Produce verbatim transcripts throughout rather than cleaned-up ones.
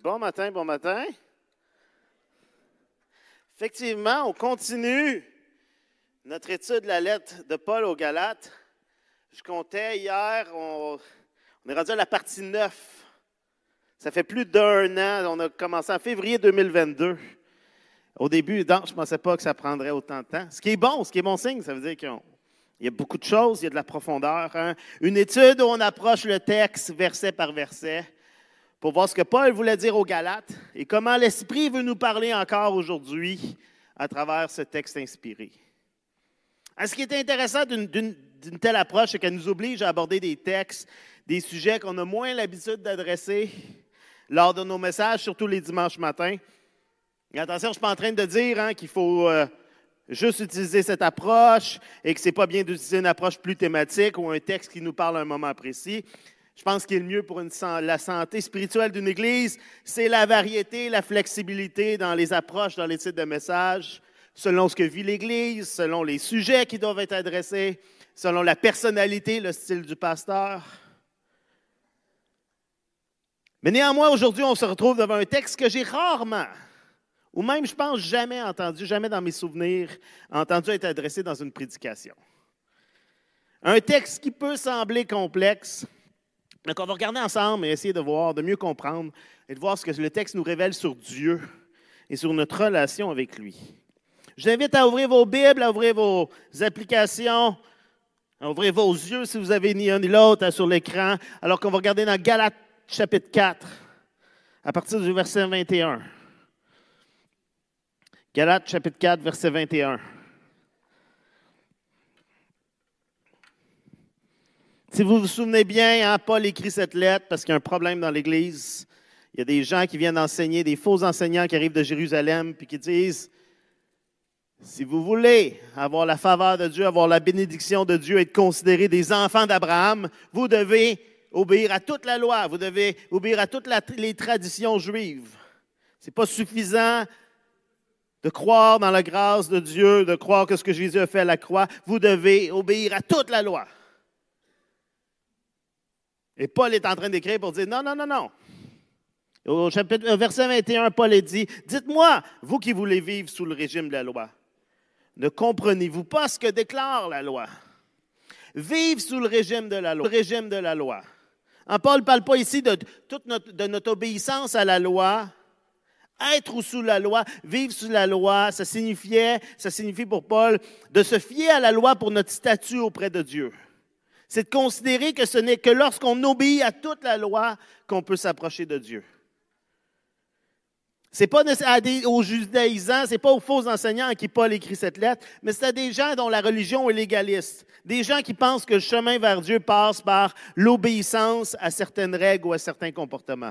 Bon matin, bon matin. Effectivement, on continue notre étude de la lettre de Paul aux Galates. Je comptais hier, on, on est rendu à la partie neuf. Ça fait plus d'un an, on a commencé en février deux mille vingt-deux. Au début, non, je ne pensais pas que ça prendrait autant de temps. Ce qui est bon, ce qui est bon signe, ça veut dire qu'il y a beaucoup de choses, il y a de la profondeur. Hein? Une étude où on approche le texte verset par verset pour voir ce que Paul voulait dire aux Galates et comment l'Esprit veut nous parler encore aujourd'hui à travers ce texte inspiré. Alors, ce qui est intéressant d'une, d'une, d'une telle approche, c'est qu'elle nous oblige à aborder des textes, des sujets qu'on a moins l'habitude d'adresser lors de nos messages, surtout les dimanches matins. Et attention, je ne suis pas en train de dire hein, qu'il faut euh, juste utiliser cette approche et que ce n'est pas bien d'utiliser une approche plus thématique ou un texte qui nous parle à un moment précis. Je pense qu'il est le mieux pour une, la santé spirituelle d'une Église, c'est la variété, la flexibilité dans les approches, dans les titres de messages, selon ce que vit l'Église, selon les sujets qui doivent être adressés, selon la personnalité, le style du pasteur. Mais néanmoins, aujourd'hui, on se retrouve devant un texte que j'ai rarement, ou même, je pense, jamais entendu, jamais dans mes souvenirs, entendu être adressé dans une prédication. Un texte qui peut sembler complexe. Donc, on va regarder ensemble et essayer de voir, de mieux comprendre et de voir ce que le texte nous révèle sur Dieu et sur notre relation avec lui. Je vous invite à ouvrir vos Bibles, à ouvrir vos applications, à ouvrir vos yeux si vous avez ni un ni l'autre sur l'écran, alors qu'on va regarder dans Galates chapitre quatre, à partir du verset vingt et un. Galates chapitre quatre, verset vingt et un. Si vous vous souvenez bien, hein, Paul écrit cette lettre parce qu'il y a un problème dans l'Église. Il y a des gens qui viennent enseigner, des faux enseignants qui arrivent de Jérusalem puis qui disent, si vous voulez avoir la faveur de Dieu, avoir la bénédiction de Dieu, être considérés des enfants d'Abraham, vous devez obéir à toute la loi, vous devez obéir à toutes la, les traditions juives. Ce n'est pas suffisant de croire dans la grâce de Dieu, de croire que ce que Jésus a fait à la croix, vous devez obéir à toute la loi. Et Paul est en train d'écrire pour dire non, non, non, non. Au chapitre, verset vingt et un, Paul est dit, dites-moi, vous qui voulez vivre sous le régime de la loi, ne comprenez-vous pas ce que déclare la loi? Vivre sous le régime de la loi. Le régime de la loi. En Paul ne parle pas ici de, toute notre, de notre obéissance à la loi. Être sous la loi, vivre sous la loi, ça signifiait, ça signifie pour Paul de se fier à la loi pour notre statut auprès de Dieu. C'est de considérer que ce n'est que lorsqu'on obéit à toute la loi qu'on peut s'approcher de Dieu. Ce n'est pas à des, aux judaïsants, ce n'est pas aux faux enseignants à qui Paul écrit cette lettre, mais c'est à des gens dont la religion est légaliste. Des gens qui pensent que le chemin vers Dieu passe par l'obéissance à certaines règles ou à certains comportements.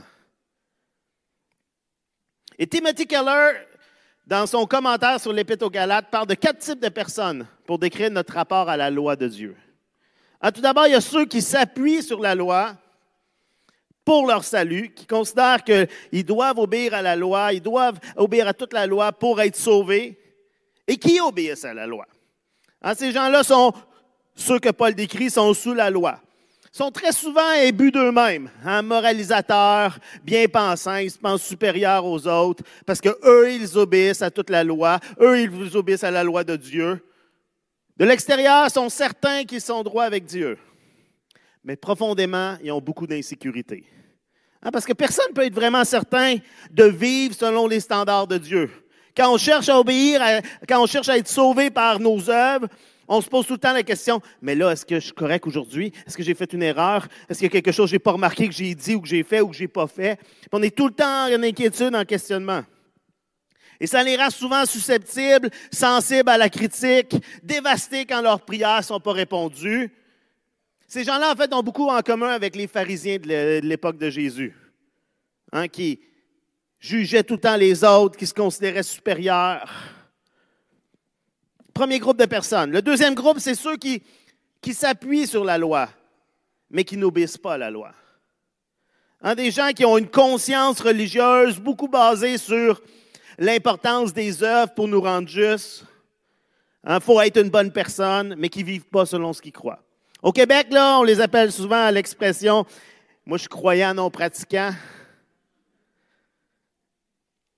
Et Timothy Keller, dans son commentaire sur l'Épître aux Galates, parle de quatre types de personnes pour décrire notre rapport à la loi de Dieu. Alors, tout d'abord, il y a ceux qui s'appuient sur la loi pour leur salut, qui considèrent qu'ils doivent obéir à la loi, ils doivent obéir à toute la loi pour être sauvés, et qui obéissent à la loi. Alors, ces gens-là sont, ceux que Paul décrit, sont sous la loi. Ils sont très souvent imbus d'eux-mêmes, hein, moralisateurs, bien pensants, ils se pensent supérieurs aux autres, parce qu'eux, ils obéissent à toute la loi, eux, ils obéissent à la loi de Dieu. De l'extérieur, ils sont certains qu'ils sont droits avec Dieu. Mais profondément, ils ont beaucoup d'insécurité. Hein, parce que personne ne peut être vraiment certain de vivre selon les standards de Dieu. Quand on cherche à obéir, à, quand on cherche à être sauvé par nos œuvres, on se pose tout le temps la question, mais là, est-ce que je suis correct aujourd'hui? Est-ce que j'ai fait une erreur? Est-ce qu'il y a quelque chose que je n'ai pas remarqué, que j'ai dit ou que j'ai fait ou que je n'ai pas fait? Puis on est tout le temps en inquiétude, en questionnement. Et ça les rend souvent susceptibles, sensibles à la critique, dévastés quand leurs prières ne sont pas répondues. Ces gens-là, en fait, ont beaucoup en commun avec les pharisiens de l'époque de Jésus, hein, qui jugeaient tout le temps les autres, qui se considéraient supérieurs. Premier groupe de personnes. Le deuxième groupe, c'est ceux qui, qui s'appuient sur la loi, mais qui n'obéissent pas à la loi. Hein, des gens qui ont une conscience religieuse beaucoup basée sur l'importance des œuvres pour nous rendre justes. Il hein, faut être une bonne personne, mais qui ne vivent pas selon ce qu'ils croient. Au Québec, là, on les appelle souvent à l'expression « moi, je suis croyant non pratiquant ».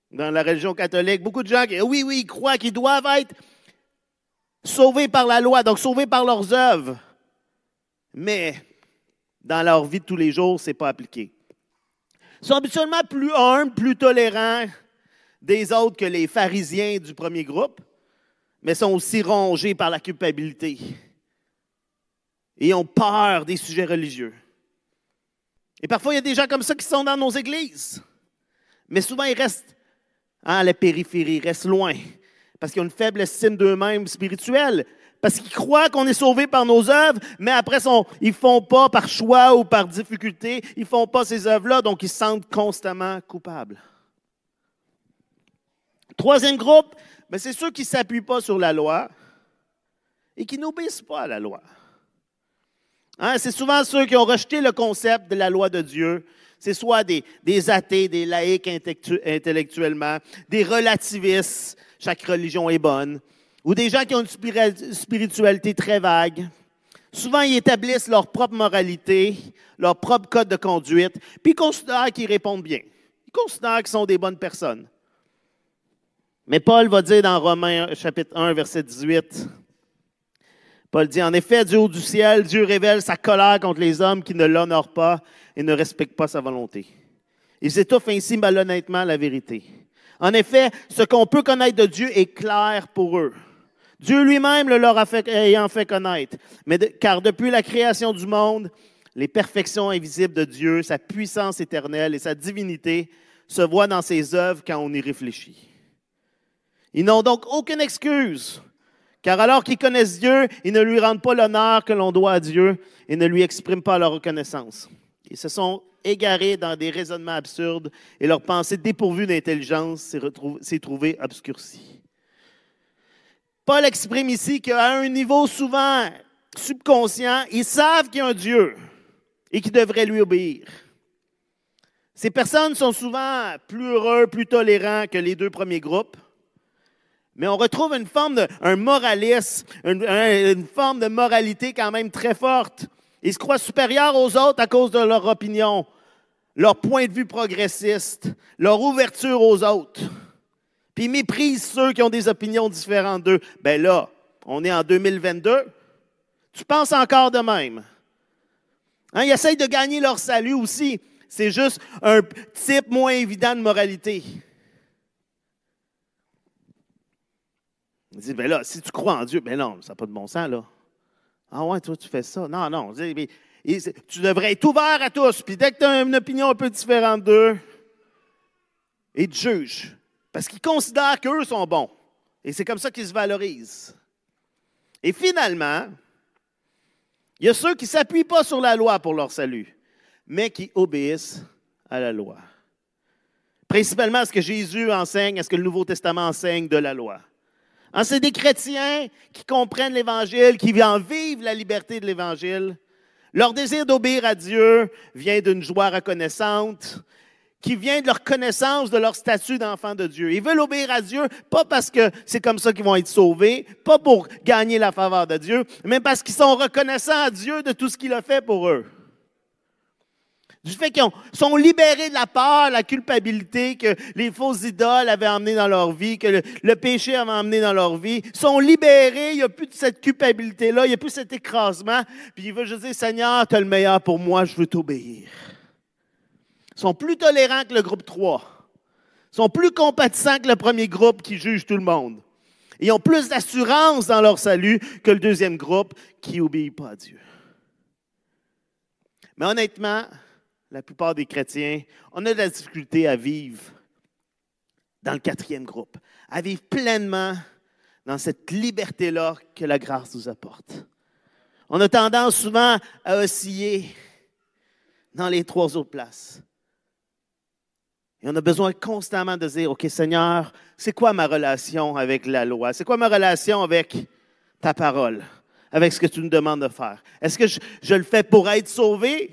dans la religion catholique. Beaucoup de gens qui, oui, oui, ils croient qu'ils doivent être sauvés par la loi, donc sauvés par leurs œuvres. Mais dans leur vie de tous les jours, ce n'est pas appliqué. Ils sont habituellement plus humbles, plus tolérants des autres que les pharisiens du premier groupe, mais sont aussi rongés par la culpabilité. Et ont peur des sujets religieux. Et parfois, il y a des gens comme ça qui sont dans nos églises. Mais souvent, ils restent hein, à la périphérie, ils restent loin. Parce qu'ils ont une faible estime d'eux-mêmes spirituelle. Parce qu'ils croient qu'on est sauvé par nos œuvres, mais après, ils ne font pas par choix ou par difficulté, ils ne font pas ces œuvres-là, donc ils se sentent constamment coupables. Troisième groupe, ben, c'est ceux qui ne s'appuient pas sur la loi et qui n'obéissent pas à la loi. Hein, c'est souvent ceux qui ont rejeté le concept de la loi de Dieu. C'est soit des, des athées, des laïcs intellectuellement, des relativistes, chaque religion est bonne, ou des gens qui ont une spiritualité très vague. Souvent, ils établissent leur propre moralité, leur propre code de conduite, puis ils considèrent qu'ils répondent bien. Ils considèrent qu'ils sont des bonnes personnes. Mais Paul va dire dans Romains chapitre un, verset dix-huit, Paul dit, en effet, du haut du ciel, Dieu révèle sa colère contre les hommes qui ne l'honorent pas et ne respectent pas sa volonté. Ils étouffent ainsi malhonnêtement la vérité. En effet, ce qu'on peut connaître de Dieu est clair pour eux. Dieu lui-même le leur a fait, ayant fait connaître. Mais de, car depuis la création du monde, les perfections invisibles de Dieu, sa puissance éternelle et sa divinité se voient dans ses œuvres quand on y réfléchit. Ils n'ont donc aucune excuse. Car alors qu'ils connaissent Dieu, ils ne lui rendent pas l'honneur que l'on doit à Dieu et ne lui expriment pas leur reconnaissance. Ils se sont égarés dans des raisonnements absurdes et leur pensée dépourvue d'intelligence s'est, retrouvée, s'est trouvée obscurcie. Paul exprime ici qu'à un niveau souvent subconscient, ils savent qu'il y a un Dieu et qu'ils devraient lui obéir. Ces personnes sont souvent plus heureux, plus tolérants que les deux premiers groupes. Mais on retrouve une forme de un moralisme, une, une forme de moralité quand même très forte. Ils se croient supérieurs aux autres à cause de leur opinion, leur point de vue progressiste, leur ouverture aux autres. Puis ils méprisent ceux qui ont des opinions différentes d'eux. Ben là, on est en deux mille vingt-deux. Tu penses encore de même. Hein, ils essayent de gagner leur salut aussi. C'est juste un type moins évident de moralité. Il dit, ben là, si tu crois en Dieu, ben non, ça n'a pas de bon sens, là. Ah ouais, toi, tu fais ça. Non, non. Tu devrais être ouvert à tous. Puis dès que tu as une opinion un peu différente d'eux, ils te jugent. Parce qu'ils considèrent qu'eux sont bons. Et c'est comme ça qu'ils se valorisent. Et finalement, il y a ceux qui ne s'appuient pas sur la loi pour leur salut, mais qui obéissent à la loi. Principalement ce que Jésus enseigne, est-ce que le Nouveau Testament enseigne de la loi. Hein, c'est des chrétiens qui comprennent l'Évangile, qui en vivent la liberté de l'Évangile. Leur désir d'obéir à Dieu vient d'une joie reconnaissante, qui vient de leur connaissance de leur statut d'enfant de Dieu. Ils veulent obéir à Dieu, pas parce que c'est comme ça qu'ils vont être sauvés, pas pour gagner la faveur de Dieu, mais parce qu'ils sont reconnaissants à Dieu de tout ce qu'il a fait pour eux. Du fait qu'ils sont libérés de la peur, la culpabilité que les fausses idoles avaient emmené dans leur vie, que le, le péché avait emmené dans leur vie. Ils sont libérés, il n'y a plus de cette culpabilité-là, il n'y a plus cet écrasement. Puis ils veulent juste dire, Seigneur, tu as le meilleur pour moi, je veux t'obéir. Ils sont plus tolérants que le groupe trois. Ils sont plus compatissants que le premier groupe qui juge tout le monde. Ils ont plus d'assurance dans leur salut que le deuxième groupe qui n'obéit pas à Dieu. Mais honnêtement, la plupart des chrétiens, on a de la difficulté à vivre dans le quatrième groupe, à vivre pleinement dans cette liberté-là que la grâce nous apporte. On a tendance souvent à osciller dans les trois autres places. Et on a besoin constamment de dire, OK, Seigneur, c'est quoi ma relation avec la loi? C'est quoi ma relation avec ta parole? Avec ce que tu nous demandes de faire? Est-ce que je, je le fais pour être sauvé?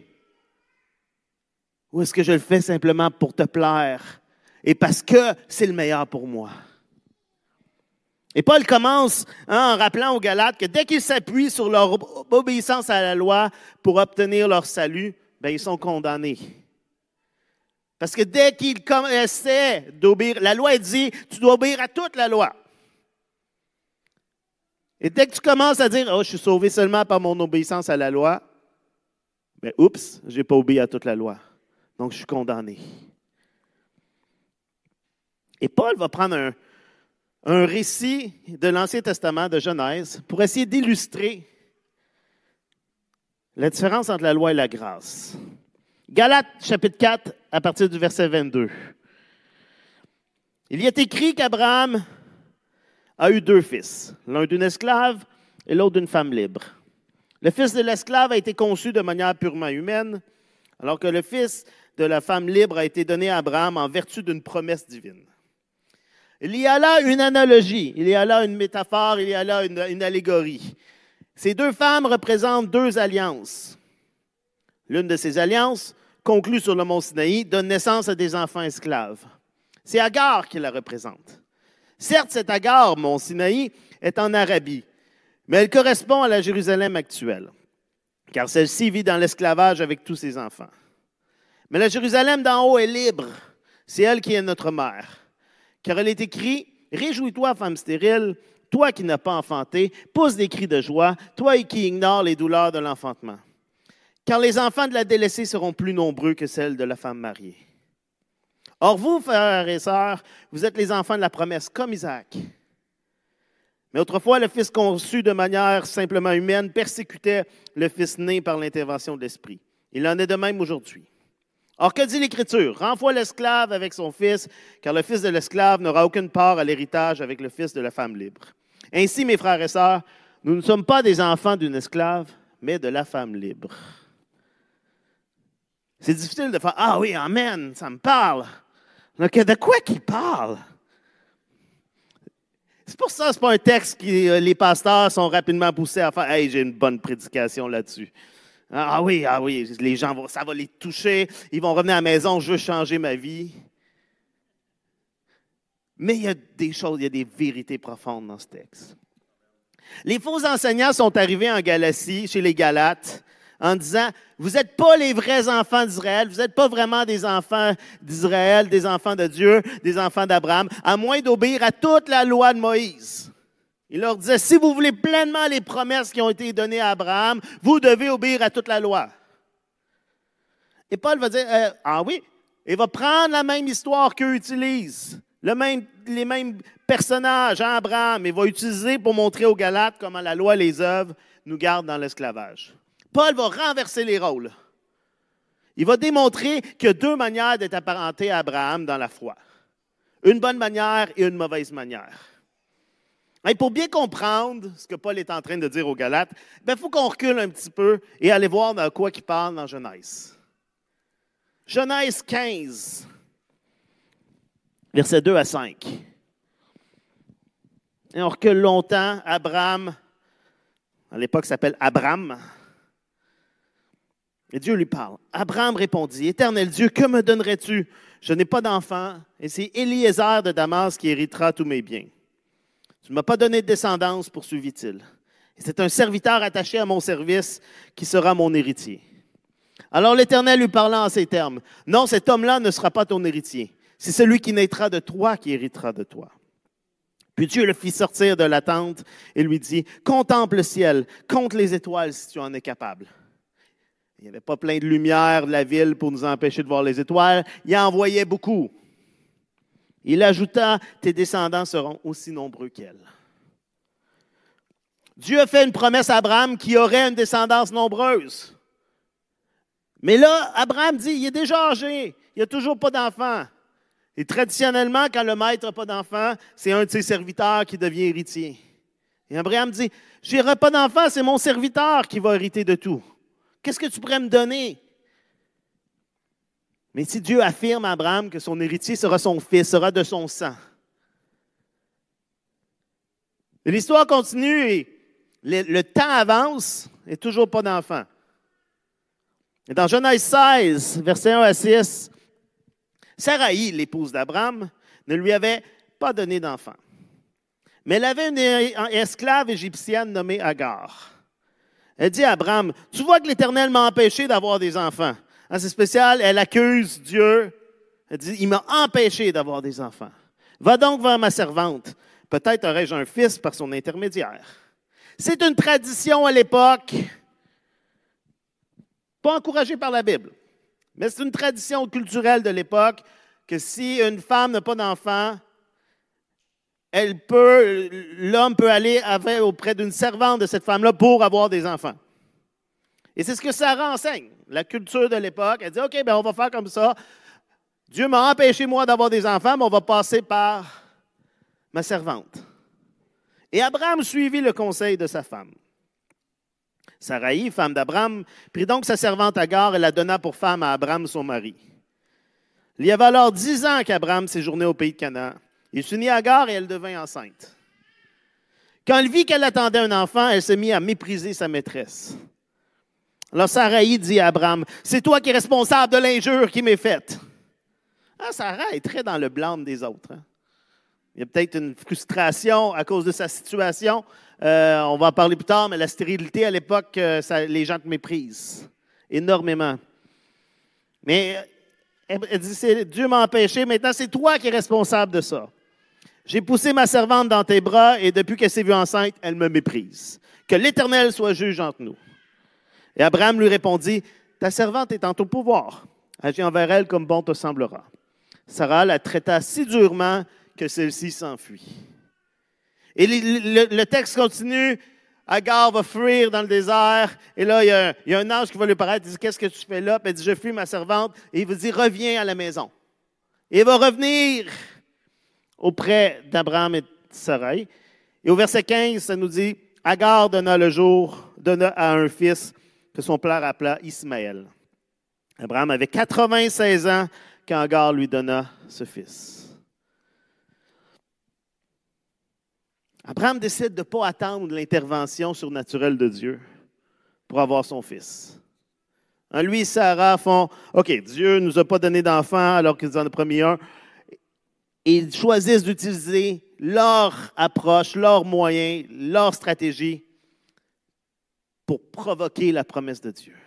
Ou est-ce que je le fais simplement pour te plaire et parce que c'est le meilleur pour moi? Et Paul commence hein, en rappelant aux Galates que dès qu'ils s'appuient sur leur obéissance à la loi pour obtenir leur salut, bien, ils sont condamnés. Parce que dès qu'il essaie d'obéir, la loi dit, tu dois obéir à toute la loi. Et dès que tu commences à dire, oh, je suis sauvé seulement par mon obéissance à la loi, bien, oups, je n'ai pas obéi à toute la loi. Donc, je suis condamné. Et Paul va prendre un, un récit de l'Ancien Testament, de Genèse, pour essayer d'illustrer la différence entre la loi et la grâce. Galates, chapitre quatre, à partir du verset vingt-deux. Il y est écrit qu'Abraham a eu deux fils, l'un d'une esclave et l'autre d'une femme libre. Le fils de l'esclave a été conçu de manière purement humaine, alors que le fils de la femme libre a été donné à Abraham en vertu d'une promesse divine. Il y a là une analogie, il y a là une métaphore, il y a là une, une allégorie. Ces deux femmes représentent deux alliances. L'une de ces alliances, conclue sur le mont Sinaï, donne naissance à des enfants esclaves. C'est Agar qui la représente. Certes, cette Agar, mont Sinaï, est en Arabie, mais elle correspond à la Jérusalem actuelle, car celle-ci vit dans l'esclavage avec tous ses enfants. Mais la Jérusalem d'en haut est libre. C'est elle qui est notre mère. Car elle est écrit, « Réjouis-toi, femme stérile, toi qui n'as pas enfanté, pousse des cris de joie, toi qui ignores les douleurs de l'enfantement. Car les enfants de la délaissée seront plus nombreux que celles de la femme mariée. Or vous, frères et sœurs, vous êtes les enfants de la promesse, comme Isaac. Mais autrefois, le fils conçu de manière simplement humaine persécutait le fils né par l'intervention de l'Esprit. Il en est de même aujourd'hui. Or, que dit l'Écriture? Renvoie l'esclave avec son fils, car le fils de l'esclave n'aura aucune part à l'héritage avec le fils de la femme libre. Ainsi, mes frères et sœurs, nous ne sommes pas des enfants d'une esclave, mais de la femme libre. » C'est difficile de faire « Ah oui, amen, ça me parle. » Donc, de quoi qu'il parle? C'est pour ça que ce n'est pas un texte que les pasteurs sont rapidement poussés à faire « Hey, j'ai une bonne prédication là-dessus. » Ah oui, ah oui, les gens, vont, ça va les toucher. Ils vont revenir à la maison, je veux changer ma vie. Mais il y a des choses, il y a des vérités profondes dans ce texte. Les faux enseignants sont arrivés en Galatie, chez les Galates, en disant, vous n'êtes pas les vrais enfants d'Israël, vous n'êtes pas vraiment des enfants d'Israël, des enfants de Dieu, des enfants d'Abraham, à moins d'obéir à toute la loi de Moïse. Il leur disait, si vous voulez pleinement les promesses qui ont été données à Abraham, vous devez obéir à toute la loi. Et Paul va dire, euh, ah oui, il va prendre la même histoire qu'eux utilisent, le même, les mêmes personnages, hein, Abraham, et va utiliser pour montrer aux Galates comment la loi et les œuvres nous gardent dans l'esclavage. Paul va renverser les rôles. Il va démontrer qu'il y a deux manières d'être apparenté à Abraham dans la foi. Une bonne manière et une mauvaise manière. Et pour bien comprendre ce que Paul est en train de dire aux Galates, il faut qu'on recule un petit peu et aller voir dans quoi il parle dans Genèse. Genèse quinze, versets deux à cinq. Et on recule longtemps. Abraham, à l'époque, s'appelle Abram. Et Dieu lui parle. Abraham répondit, « Éternel Dieu, que me donnerais-tu? Je n'ai pas d'enfant, et c'est Éliézer de Damas qui héritera tous mes biens. Tu ne m'as pas donné de descendance, poursuivit-il. Et c'est un serviteur attaché à mon service qui sera mon héritier. » Alors l'Éternel lui parla en ces termes, « Non, cet homme-là ne sera pas ton héritier. C'est celui qui naîtra de toi qui héritera de toi. » Puis Dieu le fit sortir de la tente et lui dit, « Contemple le ciel, compte les étoiles si tu en es capable. » Il n'y avait pas plein de lumière de la ville pour nous empêcher de voir les étoiles. Il en voyait beaucoup. Il ajouta, « Tes descendants seront aussi nombreux qu'elle. » Dieu a fait une promesse à Abraham qui aurait une descendance nombreuse. Mais là, Abraham dit, il est déjà âgé, il n'a toujours pas d'enfant. Et traditionnellement, quand le maître n'a pas d'enfant, c'est un de ses serviteurs qui devient héritier. Et Abraham dit, je n'aurai pas d'enfant, c'est mon serviteur qui va hériter de tout. Qu'est-ce que tu pourrais me donner? Mais si Dieu affirme à Abraham que son héritier sera son fils, sera de son sang. Et l'histoire continue et le, le temps avance et toujours pas d'enfant. Et dans Genèse seize, versets un à six, Saraï, l'épouse d'Abraham, ne lui avait pas donné d'enfant. Mais elle avait une esclave égyptienne nommée Agar. Elle dit à Abraham, « Tu vois que l'Éternel m'a empêché d'avoir des enfants. » C'est spécial, elle accuse Dieu Elle dit, il m'a empêché d'avoir des enfants. Va donc vers ma servante. Peut-être aurais-je un fils par son intermédiaire. C'est une tradition à l'époque, pas encouragée par la Bible, mais c'est une tradition culturelle de l'époque que si une femme n'a pas d'enfant, elle peut, l'homme peut aller avec, auprès d'une servante de cette femme-là pour avoir des enfants. Et c'est ce que Sarah enseigne. La culture de l'époque, elle dit, OK, bien, on va faire comme ça. Dieu m'a empêché, moi, d'avoir des enfants, mais on va passer par ma servante. Et Abraham suivit le conseil de sa femme. Saraï, femme d'Abraham, prit donc sa servante Agar et la donna pour femme à Abraham, son mari. Il y avait alors dix ans qu'Abraham séjournait au pays de Canaan. Il s'unit à Agar et elle devint enceinte. Quand elle vit qu'elle attendait un enfant, elle se mit à mépriser sa maîtresse. Alors Saraï dit à Abraham, « C'est toi qui es responsable de l'injure qui m'est faite. » Ah, Sarah est très dans le blâme des autres. Hein? Il y a peut-être une frustration à cause de sa situation. Euh, on va en parler plus tard, mais la stérilité à l'époque, euh, ça, les gens te méprisent énormément. Mais elle, elle dit, c'est, Dieu m'a empêché, maintenant c'est toi qui es responsable de ça. J'ai poussé ma servante dans tes bras et depuis qu'elle s'est vue enceinte, elle me méprise. Que l'Éternel soit juge entre nous. Et Abraham lui répondit, ta servante est en ton pouvoir. Agis envers elle comme bon te semblera. Sarah la traita si durement que celle-ci s'enfuit. Et le, le, le texte continue, Agar va fuir dans le désert, et là, il y, a, il y a un ange qui va lui paraître, il dit, qu'est-ce que tu fais là? Puis elle dit, je fuis ma servante, et il va dire, reviens à la maison. Et il va revenir auprès d'Abraham et de Sarai. Et au verset quinze, ça nous dit, Agar donna le jour, donna à un fils que son père appela Ismaël. Abraham avait quatre-vingt-seize ans quand Agar lui donna ce fils. Abraham décide de ne pas attendre l'intervention surnaturelle de Dieu pour avoir son fils. Hein, lui et Sarah font, OK, Dieu ne nous a pas donné d'enfant alors qu'ils en ont promis un. Et ils choisissent d'utiliser leur approche, leurs moyens, leur stratégie pour provoquer la promesse de Dieu.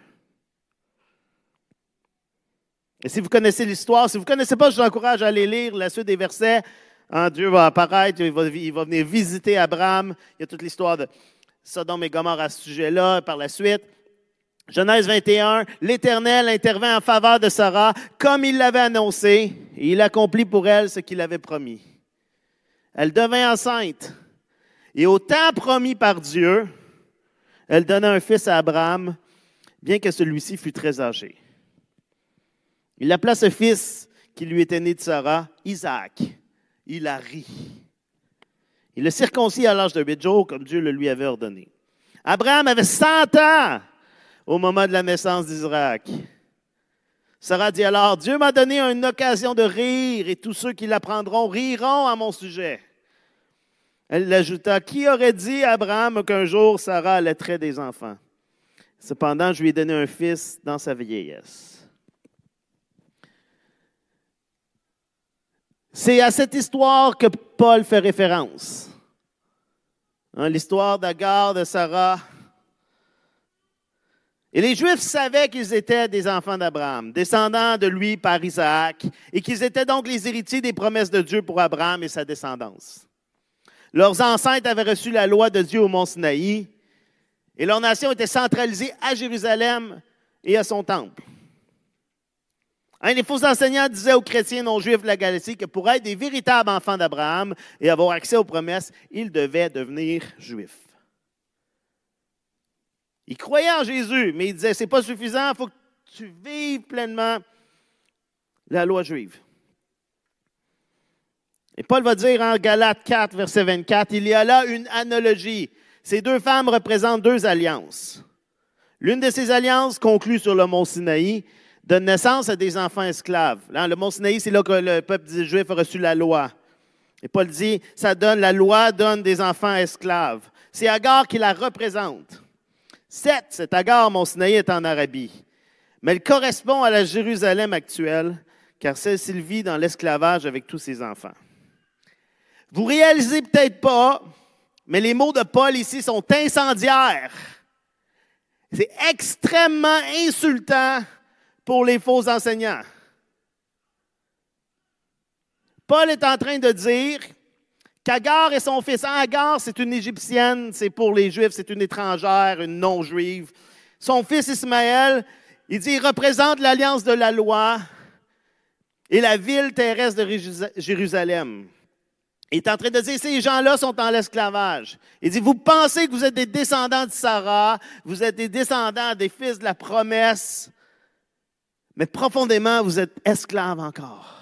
Et si vous connaissez l'histoire, si vous ne connaissez pas, je vous encourage à aller lire la suite des versets. Hein, Dieu va apparaître, il va, il va venir visiter Abraham. Il y a toute l'histoire de Sodome et Gomorrhe à ce sujet-là par la suite. Genèse vingt et un, l'Éternel intervint en faveur de Sarah comme il l'avait annoncé et il accomplit pour elle ce qu'il avait promis. Elle devint enceinte et au temps promis par Dieu, elle donna un fils à Abraham, bien que celui-ci fût très âgé. Il appela ce fils qui lui était né de Sarah, Isaac. Il a ri. Il le circoncit à l'âge de huit jours, comme Dieu le lui avait ordonné. Abraham avait cent ans au moment de la naissance d'Isaac. Sarah dit alors, Dieu m'a donné une occasion de rire et tous ceux qui l'apprendront riront à mon sujet. Elle ajouta, qui aurait dit à Abraham qu'un jour Sarah allaiterait des enfants? Cependant, je lui ai donné un fils dans sa vieillesse. C'est à cette histoire que Paul fait référence. Hein, l'histoire d'Agar, de Sarah. Et les Juifs savaient qu'ils étaient des enfants d'Abraham, descendants de lui par Isaac, et qu'ils étaient donc les héritiers des promesses de Dieu pour Abraham et sa descendance. Leurs ancêtres avaient reçu la loi de Dieu au mont Sinaï, et leur nation était centralisée à Jérusalem et à son temple. Hein, les faux enseignants disaient aux chrétiens non-juifs de la Galatie que pour être des véritables enfants d'Abraham et avoir accès aux promesses, ils devaient devenir juifs. Ils croyaient en Jésus, mais ils disaient, c'est pas suffisant, il faut que tu vives pleinement la loi juive. Et Paul va dire en Galates quatre, verset vingt-quatre, il y a là une analogie. Ces deux femmes représentent deux alliances. L'une de ces alliances, conclue sur le mont Sinaï, donne naissance à des enfants esclaves. Là, le mont Sinaï, c'est là que le peuple juif a reçu la loi. Et Paul dit, ça donne, la loi donne des enfants esclaves. C'est Agar qui la représente. Certes, cette Agar, mont Sinaï, est en Arabie, mais elle correspond à la Jérusalem actuelle, car celle-ci vit dans l'esclavage avec tous ses enfants. Vous réalisez peut-être pas, mais les mots de Paul ici sont incendiaires. C'est extrêmement insultant pour les faux enseignants. Paul est en train de dire qu'Agar et son fils, Agar, c'est une Égyptienne, c'est pour les Juifs, c'est une étrangère, une non-juive. Son fils Ismaël, il dit, il représente l'alliance de la loi et la ville terrestre de Jérusalem. Il est en train de dire, ces gens-là sont en l'esclavage. Il dit, vous pensez que vous êtes des descendants de Sarah, vous êtes des descendants des fils de la promesse, mais profondément, vous êtes esclaves encore.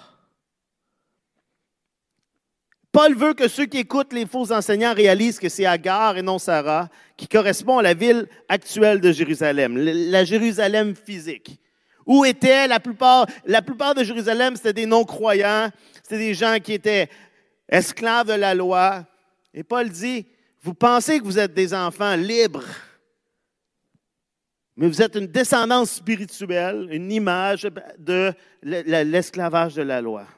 Paul veut que ceux qui écoutent les faux enseignants réalisent que c'est Agar et non Sarah qui correspond à la ville actuelle de Jérusalem, la Jérusalem physique. Où étaient la plupart, la plupart de Jérusalem, c'était des non-croyants, c'était des gens qui étaient esclaves de la loi. Et Paul dit, vous pensez que vous êtes des enfants libres, mais vous êtes une descendance spirituelle, une image de l'esclavage de la loi.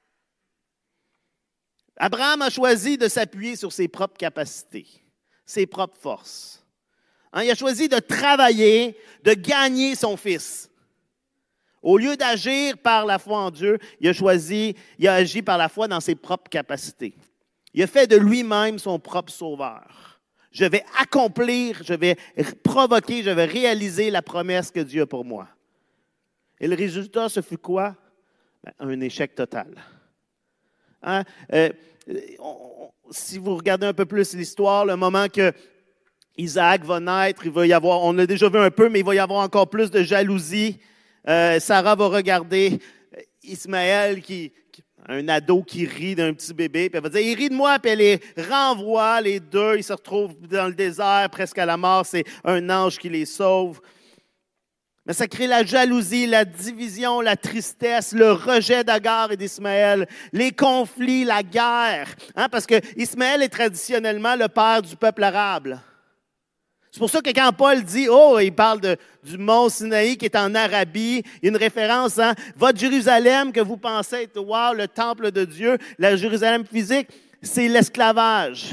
Abraham a choisi de s'appuyer sur ses propres capacités, ses propres forces. Hein, il a choisi de travailler, de gagner son fils. Au lieu d'agir par la foi en Dieu, il a choisi, il a agi par la foi dans ses propres capacités. Il a fait de lui-même son propre sauveur. Je vais accomplir, je vais provoquer, je vais réaliser la promesse que Dieu a pour moi. Et le résultat, ce fut quoi? Ben, un échec total. Hein? Euh, on, si vous regardez un peu plus l'histoire, le moment que Isaac va naître, il va y avoir, on l'a déjà vu un peu, mais il va y avoir encore plus de jalousie. Euh, Sarah va regarder Ismaël, qui, qui, un ado qui rit d'un petit bébé, puis elle va dire, il rit de moi, puis elle les renvoie, les deux, ils se retrouvent dans le désert, presque à la mort, c'est un ange qui les sauve. Mais ça crée la jalousie, la division, la tristesse, le rejet d'Agar et d'Ismaël, les conflits, la guerre. Hein, parce que Ismaël est traditionnellement le père du peuple arabe. C'est pour ça que quand Paul dit, oh, il parle de, du mont Sinaï qui est en Arabie, il y a une référence, hein, votre Jérusalem que vous pensez être, wow, le temple de Dieu, la Jérusalem physique, c'est l'esclavage.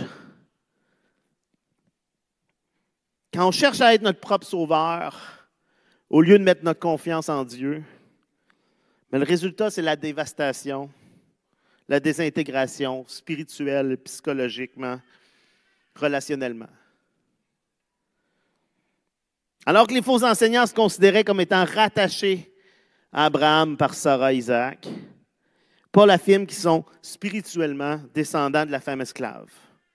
Quand on cherche à être notre propre sauveur, au lieu de mettre notre confiance en Dieu, mais le résultat, c'est la dévastation, la désintégration spirituelle, psychologiquement, relationnellement. Alors que les faux enseignants se considéraient comme étant rattachés à Abraham par Sarah et Isaac, Paul affirme qu'ils sont spirituellement descendants de la femme esclave,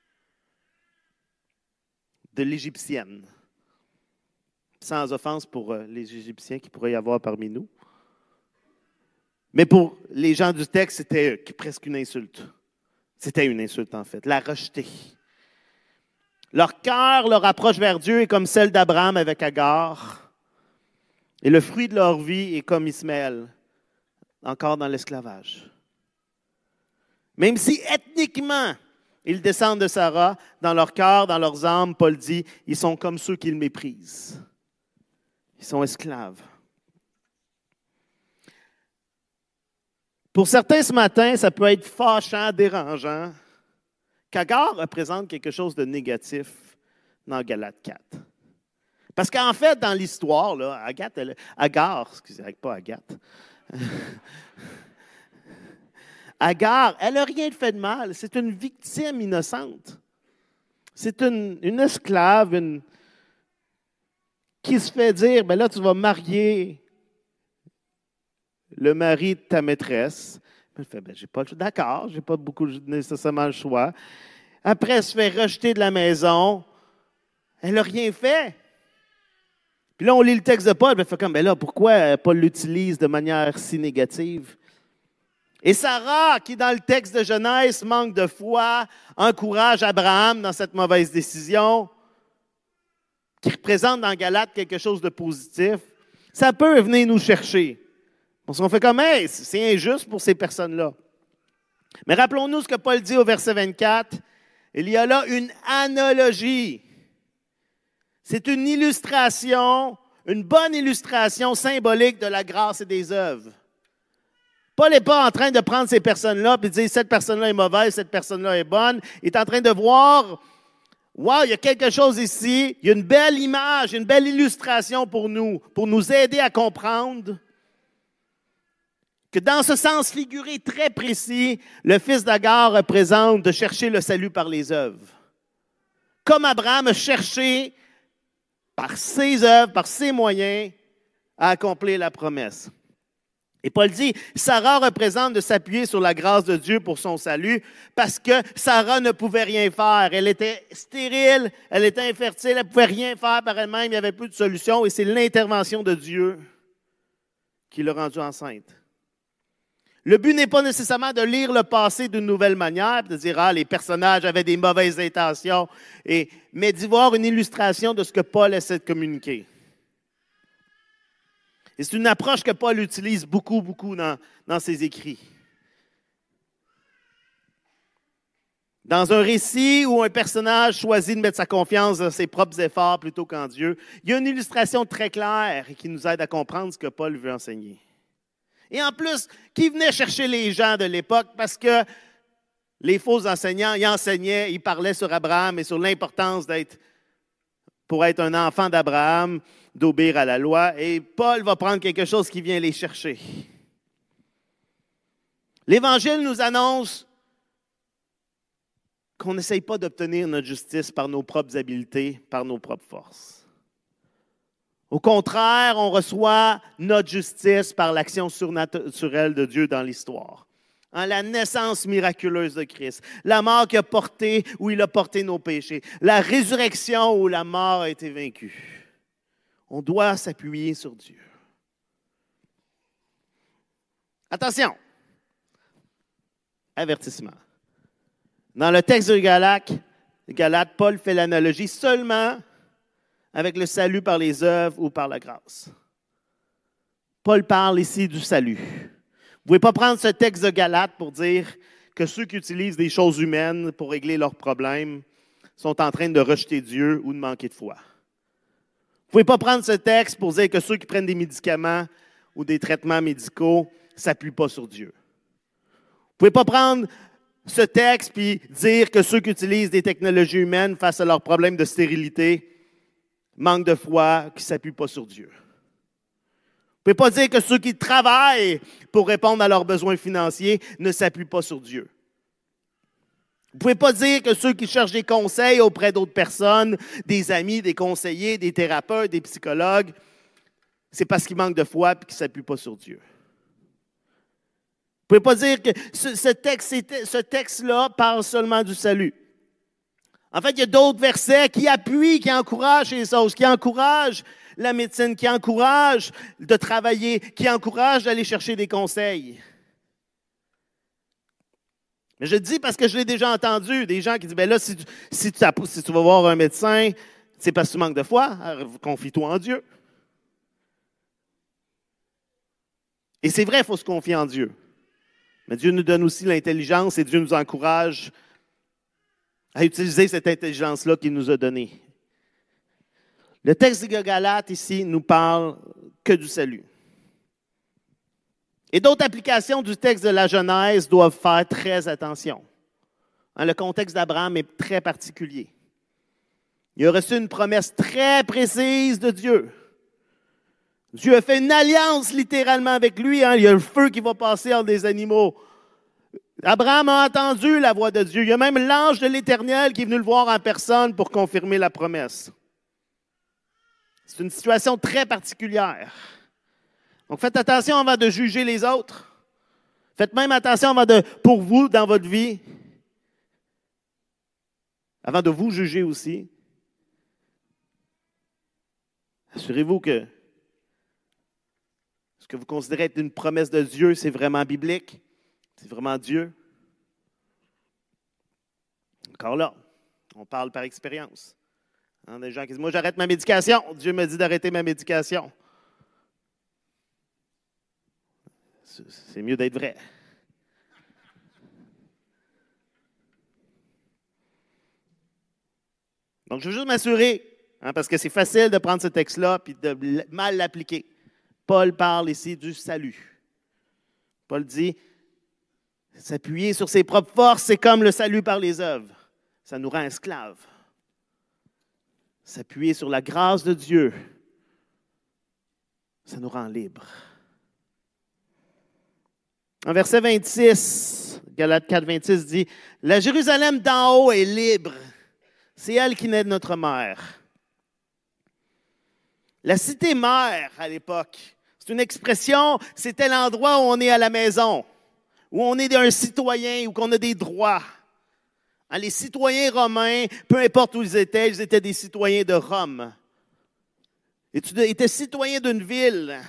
de l'Égyptienne. Sans offense pour les Égyptiens qui pourraient y avoir parmi nous. Mais pour les gens du texte, c'était presque une insulte. C'était une insulte, en fait, la rejeter. Leur cœur, leur approche vers Dieu est comme celle d'Abraham avec Agar. Et le fruit de leur vie est comme Ismaël, encore dans l'esclavage. Même si ethniquement, ils descendent de Sarah, dans leur cœur, dans leurs âmes, Paul dit, ils sont comme ceux qu'ils méprisent. Ils sont esclaves. Pour certains ce matin, ça peut être fâchant, dérangeant, qu'Agar représente quelque chose de négatif dans Galates quatre. Parce qu'en fait, dans l'histoire, là, Agathe, elle, Agar, excusez, pas Agathe, Agar, elle n'a rien fait de mal. C'est une victime innocente. C'est une, une esclave, une qui se fait dire, ben là, tu vas marier le mari de ta maîtresse. Elle fait, ben, j'ai pas le choix. D'accord, j'ai pas beaucoup nécessairement le choix. Après, elle se fait rejeter de la maison. Elle n'a rien fait. Puis là, on lit le texte de Paul, elle fait comme, ben là, pourquoi Paul l'utilise de manière si négative? Et Sarah, qui dans le texte de Genèse manque de foi, encourage Abraham dans cette mauvaise décision, qui représente dans Galates quelque chose de positif, ça peut venir nous chercher. Parce qu'on fait comme, hey, c'est injuste pour ces personnes-là. Mais rappelons-nous ce que Paul dit au verset vingt-quatre. Il y a là une analogie. C'est une illustration, une bonne illustration symbolique de la grâce et des œuvres. Paul n'est pas en train de prendre ces personnes-là et de dire, cette personne-là est mauvaise, cette personne-là est bonne. Il est en train de voir, wow, il y a quelque chose ici, il y a une belle image, une belle illustration pour nous, pour nous aider à comprendre que dans ce sens figuré très précis, le fils d'Agar représente de chercher le salut par les œuvres. Comme Abraham a cherché par ses œuvres, par ses moyens, à accomplir la promesse. Et Paul dit, Sarah représente de s'appuyer sur la grâce de Dieu pour son salut, parce que Sarah ne pouvait rien faire. Elle était stérile, elle était infertile, elle ne pouvait rien faire par elle-même, il n'y avait plus de solution, et c'est l'intervention de Dieu qui l'a rendue enceinte. Le but n'est pas nécessairement de lire le passé d'une nouvelle manière, de dire, ah, les personnages avaient des mauvaises intentions, et, mais d'y voir une illustration de ce que Paul essaie de communiquer. Et c'est une approche que Paul utilise beaucoup, beaucoup dans, dans ses écrits. Dans un récit où un personnage choisit de mettre sa confiance dans ses propres efforts plutôt qu'en Dieu, il y a une illustration très claire qui nous aide à comprendre ce que Paul veut enseigner. Et en plus, qui venait chercher les gens de l'époque parce que les faux enseignants, ils enseignaient, ils parlaient sur Abraham et sur l'importance d'être, pour être un enfant d'Abraham, d'obéir à la loi. Et Paul va prendre quelque chose qui vient les chercher. L'Évangile nous annonce qu'on n'essaye pas d'obtenir notre justice par nos propres habiletés, par nos propres forces. Au contraire, on reçoit notre justice par l'action surnaturelle de Dieu dans l'histoire. En la naissance miraculeuse de Christ, la mort qu'il a portée où il a porté nos péchés, la résurrection où la mort a été vaincue. On doit s'appuyer sur Dieu. Attention! Avertissement. Dans le texte de Galates, Galates, Paul fait l'analogie seulement avec le salut par les œuvres ou par la grâce. Paul parle ici du salut. Vous ne pouvez pas prendre ce texte de Galates pour dire que ceux qui utilisent des choses humaines pour régler leurs problèmes sont en train de rejeter Dieu ou de manquer de foi. Vous ne pouvez pas prendre ce texte pour dire que ceux qui prennent des médicaments ou des traitements médicaux ne s'appuient pas sur Dieu. Vous ne pouvez pas prendre ce texte puis dire que ceux qui utilisent des technologies humaines face à leurs problèmes de stérilité manquent de foi, qui ne s'appuient pas sur Dieu. Vous ne pouvez pas dire que ceux qui travaillent pour répondre à leurs besoins financiers ne s'appuient pas sur Dieu. Vous ne pouvez pas dire que ceux qui cherchent des conseils auprès d'autres personnes, des amis, des conseillers, des thérapeutes, des psychologues, c'est parce qu'ils manquent de foi et qu'ils ne s'appuient pas sur Dieu. Vous ne pouvez pas dire que ce, ce, texte, ce texte-là parle seulement du salut. En fait, il y a d'autres versets qui appuient, qui encouragent les choses, qui encouragent la médecine, qui encouragent de travailler, qui encouragent d'aller chercher des conseils. Mais je le dis parce que je l'ai déjà entendu, des gens qui disent, ben là, si tu, si tu, si tu vas voir un médecin, c'est parce que tu manques de foi, confie-toi en Dieu. Et c'est vrai, il faut se confier en Dieu. Mais Dieu nous donne aussi l'intelligence et Dieu nous encourage à utiliser cette intelligence-là qu'il nous a donnée. Le texte de Galates ici nous parle que du salut. Et d'autres applications du texte de la Genèse doivent faire très attention. Le contexte d'Abraham est très particulier. Il a reçu une promesse très précise de Dieu. Dieu a fait une alliance littéralement avec lui. Hein. Il y a le feu qui va passer entre des animaux. Abraham a entendu la voix de Dieu. Il y a même l'ange de l'Éternel qui est venu le voir en personne pour confirmer la promesse. C'est une situation très particulière. Donc, faites attention avant de juger les autres. Faites même attention avant de, pour vous, dans votre vie, avant de vous juger aussi. Assurez-vous que ce que vous considérez être une promesse de Dieu, c'est vraiment biblique. C'est vraiment Dieu. Encore là, on parle par expérience. Hein, des gens qui disent, moi j'arrête ma médication. Dieu me dit d'arrêter ma médication. C'est mieux d'être vrai. Donc, je veux juste m'assurer, hein, parce que c'est facile de prendre ce texte-là et de mal l'appliquer. Paul parle ici du salut. Paul dit, s'appuyer sur ses propres forces, c'est comme le salut par les œuvres. Ça nous rend esclaves. S'appuyer sur la grâce de Dieu, ça nous rend libres. En verset vingt-six, Galates quatre, vingt-six dit, « La Jérusalem d'en haut est libre. C'est elle qui naît de notre mère. » La cité mère à l'époque, c'est une expression, c'était l'endroit où on est à la maison, où on est un citoyen, où on a des droits. Les citoyens romains, peu importe où ils étaient, ils étaient des citoyens de Rome. Et tu étais citoyen d'une ville.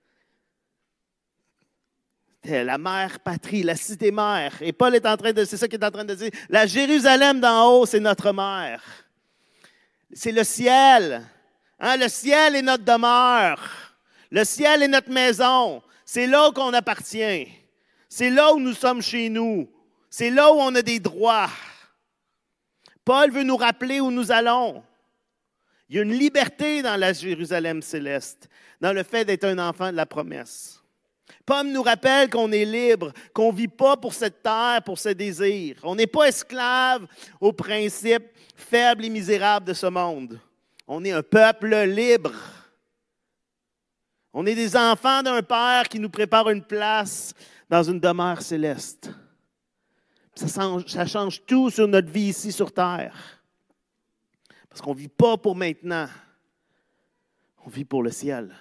C'était la mère patrie, la cité mère. Et Paul est en train de, c'est ça qu'il est en train de dire. La Jérusalem d'en haut, c'est notre mère. C'est le ciel. Hein, le ciel est notre demeure. Le ciel est notre maison. C'est là qu'on appartient. C'est là où nous sommes chez nous. C'est là où on a des droits. Paul veut nous rappeler où nous allons. Il y a une liberté dans la Jérusalem céleste, dans le fait d'être un enfant de la promesse. Paul nous rappelle qu'on est libre, qu'on ne vit pas pour cette terre, pour ses désirs. On n'est pas esclave aux principes faibles et misérables de ce monde. On est un peuple libre. On est des enfants d'un Père qui nous prépare une place dans une demeure céleste. Ça change, ça change tout sur notre vie ici sur terre. Parce qu'on ne vit pas pour maintenant. On vit pour le ciel.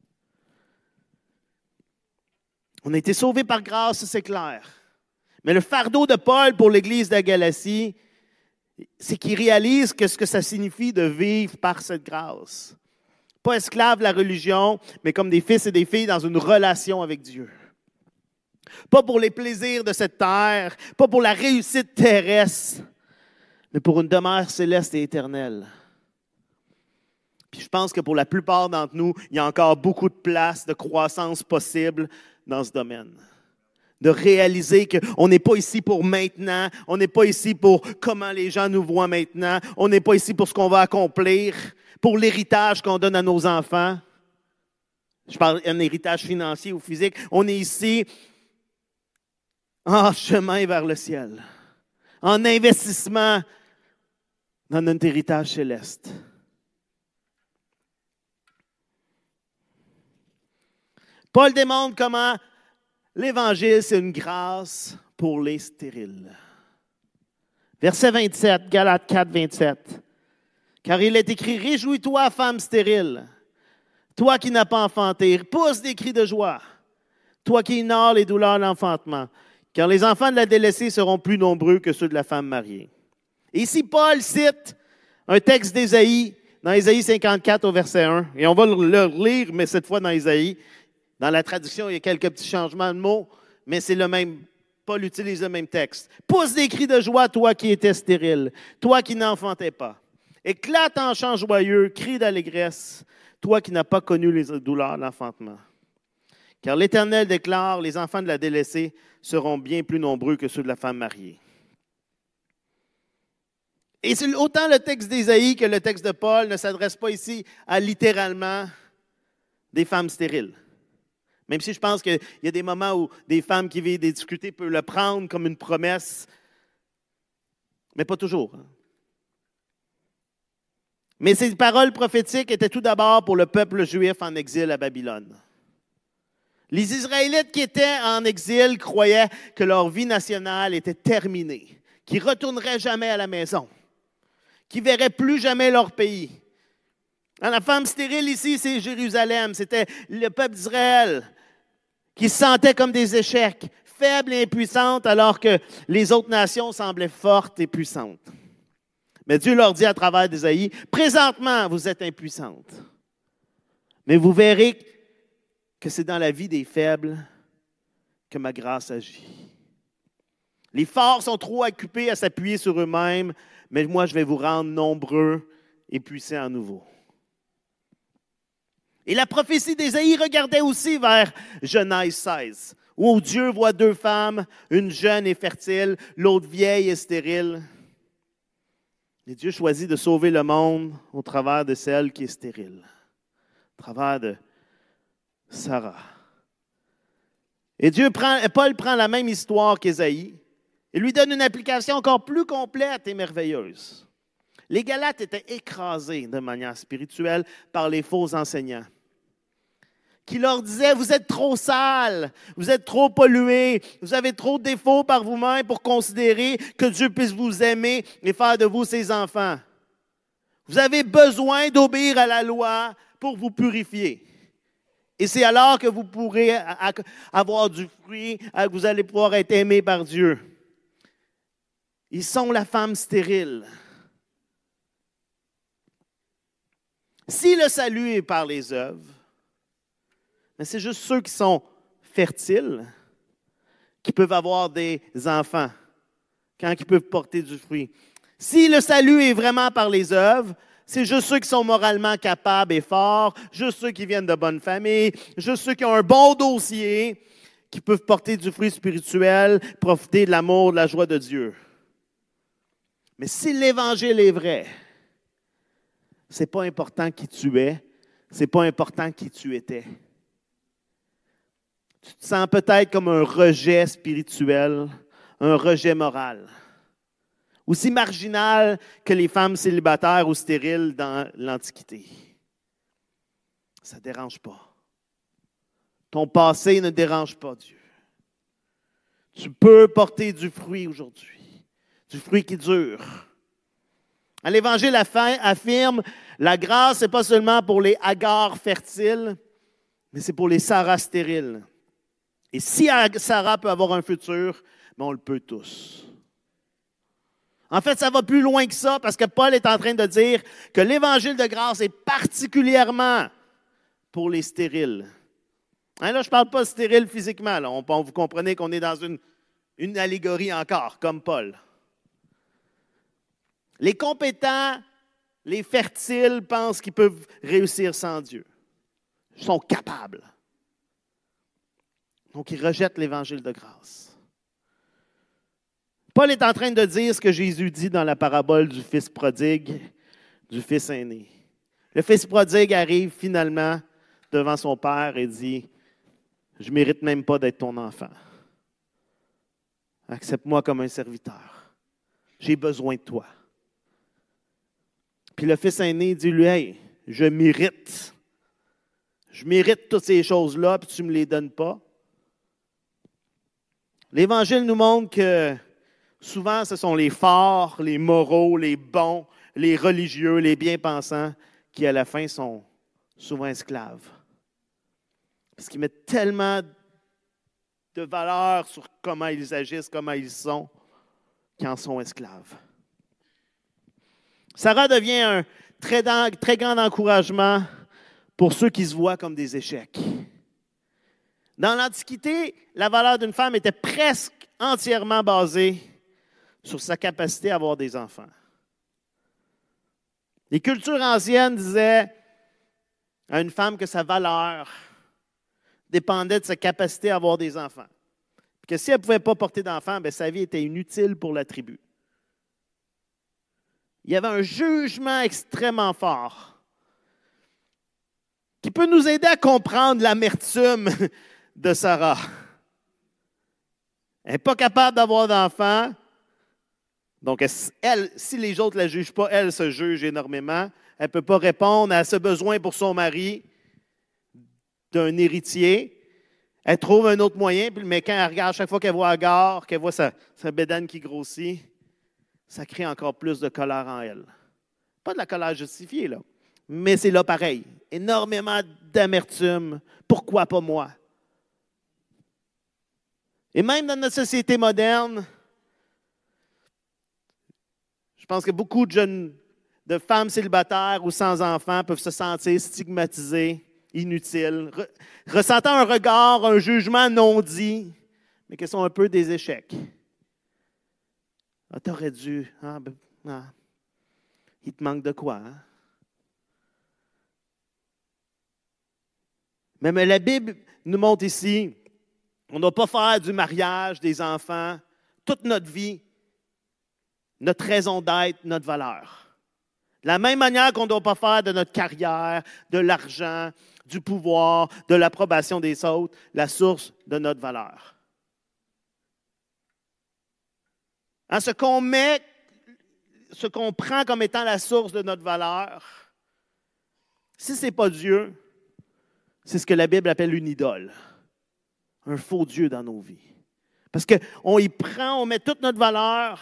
On a été sauvés par grâce, c'est clair. Mais le fardeau de Paul pour l'Église de la Galatie, c'est qu'il réalise que ce que ça signifie de vivre par cette grâce. Pas esclaves de la religion, mais comme des fils et des filles dans une relation avec Dieu. Pas pour les plaisirs de cette terre, pas pour la réussite terrestre, mais pour une demeure céleste et éternelle. Puis je pense que pour la plupart d'entre nous, il y a encore beaucoup de place, de croissance possible dans ce domaine. De réaliser qu'on n'est pas ici pour maintenant, on n'est pas ici pour comment les gens nous voient maintenant, on n'est pas ici pour ce qu'on va accomplir, pour l'héritage qu'on donne à nos enfants. Je parle d'un héritage financier ou physique. On est ici en chemin vers le ciel, en investissement dans notre héritage céleste. Paul démontre comment l'Évangile, c'est une grâce pour les stériles. Verset vingt-sept, Galates quatre, vingt-sept. Car il est écrit, « Réjouis-toi, femme stérile, toi qui n'as pas enfanté, pousse des cris de joie, toi qui ignores les douleurs de l'enfantement, car les enfants de la délaissée seront plus nombreux que ceux de la femme mariée. » Et ici, Paul cite un texte d'Ésaïe, dans Ésaïe cinquante-quatre au verset un, et on va le lire, mais cette fois dans Ésaïe. Dans la traduction, il y a quelques petits changements de mots, mais c'est le même. Paul utilise le même texte. « Pousse des cris de joie, toi qui étais stérile, toi qui n'enfantais pas. Éclate en chant joyeux, crie d'allégresse, toi qui n'as pas connu les douleurs de l'enfantement. Car l'Éternel déclare, les enfants de la délaissée seront bien plus nombreux que ceux de la femme mariée. » Et c'est autant le texte d'Ésaïe que le texte de Paul ne s'adresse pas ici à littéralement des femmes stériles. Même si je pense qu'il y a des moments où des femmes qui vivent des difficultés peuvent le prendre comme une promesse, mais pas toujours. Mais ces paroles prophétiques étaient tout d'abord pour le peuple juif en exil à Babylone. Les Israélites qui étaient en exil croyaient que leur vie nationale était terminée, qu'ils ne retourneraient jamais à la maison, qu'ils ne verraient plus jamais leur pays. La femme stérile ici, c'est Jérusalem, c'était le peuple d'Israël qui se sentait comme des échecs, faibles et impuissantes, alors que les autres nations semblaient fortes et puissantes. Mais Dieu leur dit à travers d'Ésaïe, « Présentement, vous êtes impuissantes. Mais vous verrez que c'est dans la vie des faibles que ma grâce agit. Les forts sont trop occupés à s'appuyer sur eux-mêmes, mais moi, je vais vous rendre nombreux et puissants à nouveau. » Et la prophétie d'Ésaïe regardait aussi vers Genèse seize, où Dieu voit deux femmes, une jeune et fertile, l'autre vieille et stérile. Et Dieu choisit de sauver le monde au travers de celle qui est stérile, au travers de Sarah. Et Dieu prend, Paul prend la même histoire qu'Ésaïe et lui donne une application encore plus complète et merveilleuse. Les Galates étaient écrasés de manière spirituelle par les faux enseignants, qui leur disait, vous êtes trop sales, vous êtes trop pollués, vous avez trop de défauts par vous-même pour considérer que Dieu puisse vous aimer et faire de vous ses enfants. Vous avez besoin d'obéir à la loi pour vous purifier. Et c'est alors que vous pourrez avoir du fruit, que vous allez pouvoir être aimés par Dieu. Ils sont la femme stérile. Si le salut est par les œuvres, mais c'est juste ceux qui sont fertiles qui peuvent avoir des enfants, quand ils peuvent porter du fruit. Si le salut est vraiment par les œuvres, c'est juste ceux qui sont moralement capables et forts, juste ceux qui viennent de bonnes familles, juste ceux qui ont un bon dossier, qui peuvent porter du fruit spirituel, profiter de l'amour, de la joie de Dieu. Mais si l'Évangile est vrai, c'est pas important qui tu es, c'est pas important qui tu étais. Tu te sens peut-être comme un rejet spirituel, un rejet moral. Aussi marginal que les femmes célibataires ou stériles dans l'Antiquité. Ça ne dérange pas. Ton passé ne dérange pas Dieu. Tu peux porter du fruit aujourd'hui, du fruit qui dure. L'Évangile affirme, la grâce, ce n'est pas seulement pour les Agar fertiles, mais c'est pour les Sarah stériles. Et si Sarah peut avoir un futur, ben on le peut tous. En fait, ça va plus loin que ça, parce que Paul est en train de dire que l'Évangile de grâce est particulièrement pour les stériles. Hein, là, je ne parle pas stérile physiquement. Là. On, on, vous comprenez qu'on est dans une, une allégorie encore, comme Paul. Les compétents, les fertiles pensent qu'ils peuvent réussir sans Dieu. Ils sont capables. Donc, ils rejettent l'Évangile de grâce. Paul est en train de dire ce que Jésus dit dans la parabole du fils prodigue, du fils aîné. Le fils prodigue arrive finalement devant son père et dit, « Je ne mérite même pas d'être ton enfant. Accepte-moi comme un serviteur. J'ai besoin de toi. » Puis le fils aîné dit, lui, « Hey, je mérite. Je mérite toutes ces choses-là, puis tu ne me les donnes pas. » L'Évangile nous montre que souvent, ce sont les forts, les moraux, les bons, les religieux, les bien-pensants qui, à la fin, sont souvent esclaves. Parce qu'ils mettent tellement de valeur sur comment ils agissent, comment ils sont, qu'ils en sont esclaves. Sarah devient un très, très grand encouragement pour ceux qui se voient comme des échecs. Dans l'Antiquité, la valeur d'une femme était presque entièrement basée sur sa capacité à avoir des enfants. Les cultures anciennes disaient à une femme que sa valeur dépendait de sa capacité à avoir des enfants. Que si elle ne pouvait pas porter d'enfants, bien, sa vie était inutile pour la tribu. Il y avait un jugement extrêmement fort qui peut nous aider à comprendre l'amertume de Sarah. Elle n'est pas capable d'avoir d'enfants. Donc, elle, si les autres ne la jugent pas, elle se juge énormément. Elle ne peut pas répondre à ce besoin pour son mari d'un héritier. Elle trouve un autre moyen, mais quand elle regarde, chaque fois qu'elle voit Agar, qu'elle voit sa, sa bédane qui grossit, ça crée encore plus de colère en elle. Pas de la colère justifiée, là, mais c'est là pareil. Énormément d'amertume. Pourquoi pas moi? Et même dans notre société moderne, je pense que beaucoup de jeunes, de femmes célibataires ou sans enfants peuvent se sentir stigmatisées, inutiles, re, ressentant un regard, un jugement non dit, mais qui sont un peu des échecs. Ah, t'aurais dû. Ah, ben, ah. Il te manque de quoi, hein? Mais, mais la Bible nous montre ici, on ne doit pas faire du mariage, des enfants, toute notre vie, notre raison d'être, notre valeur. De la même manière qu'on ne doit pas faire de notre carrière, de l'argent, du pouvoir, de l'approbation des autres, la source de notre valeur. Hein, ce qu'on met, ce qu'on prend comme étant la source de notre valeur, si ce n'est pas Dieu, c'est ce que la Bible appelle une idole. Un faux Dieu dans nos vies. Parce qu'on y prend, on met toute notre valeur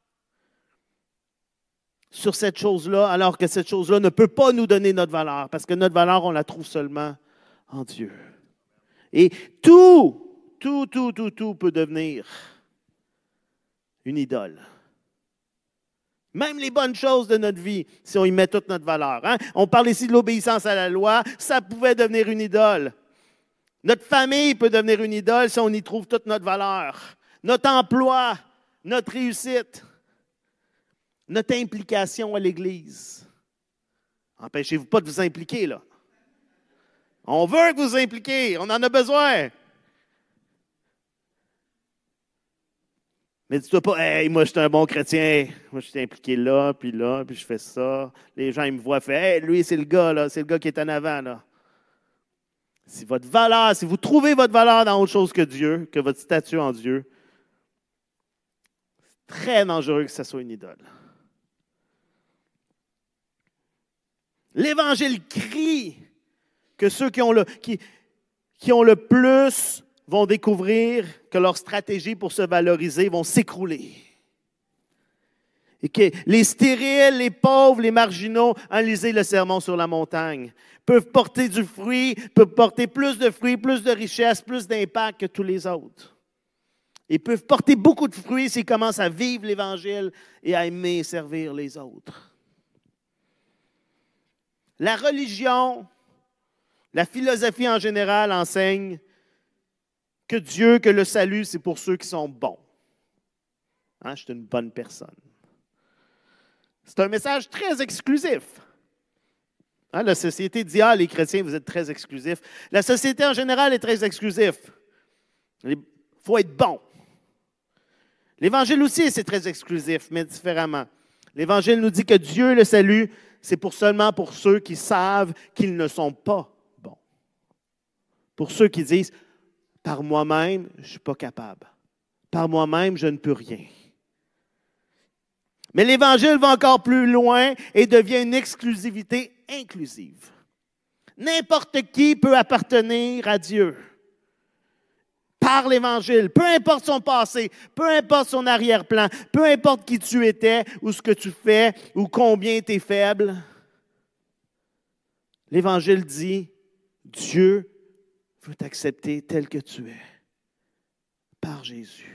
sur cette chose-là, alors que cette chose-là ne peut pas nous donner notre valeur. Parce que notre valeur, on la trouve seulement en Dieu. Et tout, tout, tout, tout, tout peut devenir une idole. Même les bonnes choses de notre vie, si on y met toute notre valeur. Hein? On parle ici de l'obéissance à la loi, ça pouvait devenir une idole. Notre famille peut devenir une idole si on y trouve toute notre valeur. Notre emploi, notre réussite, notre implication à l'Église. Empêchez-vous pas de vous impliquer, là. On veut que vous vous impliquiez, on en a besoin. Mais dis-toi pas, hey, moi, je suis un bon chrétien. Moi, je suis impliqué là, puis là, puis je fais ça. Les gens, ils me voient, fait, hey, lui, c'est le gars, là, c'est le gars qui est en avant, là. Si votre valeur, si vous trouvez votre valeur dans autre chose que Dieu, que votre statut en Dieu, c'est très dangereux que ce soit une idole. L'Évangile crie que ceux qui ont le, qui, qui ont le plus vont découvrir que leurs stratégies pour se valoriser vont s'écrouler. Et que les stériles, les pauvres, les marginaux, hein, lisez le sermon sur la montagne, peuvent porter du fruit, peuvent porter plus de fruits, plus de richesse, plus d'impact que tous les autres. Ils peuvent porter beaucoup de fruits s'ils commencent à vivre l'Évangile et à aimer servir les autres. La religion, la philosophie en général enseigne que Dieu, que le salut, c'est pour ceux qui sont bons. Hein, je suis une bonne personne. C'est un message très exclusif. Hein, la société dit, ah, les chrétiens, vous êtes très exclusifs. La société en général est très exclusive. Il faut être bon. L'Évangile aussi, c'est très exclusif, mais différemment. L'Évangile nous dit que Dieu, le salut, c'est pour seulement pour ceux qui savent qu'ils ne sont pas bons. Pour ceux qui disent, par moi-même, je ne suis pas capable. Par moi-même, je ne peux rien. Mais l'Évangile va encore plus loin et devient une exclusivité inclusive. N'importe qui peut appartenir à Dieu par l'Évangile, peu importe son passé, peu importe son arrière-plan, peu importe qui tu étais ou ce que tu fais ou combien tu es faible. L'Évangile dit, Dieu veut t'accepter tel que tu es, par Jésus.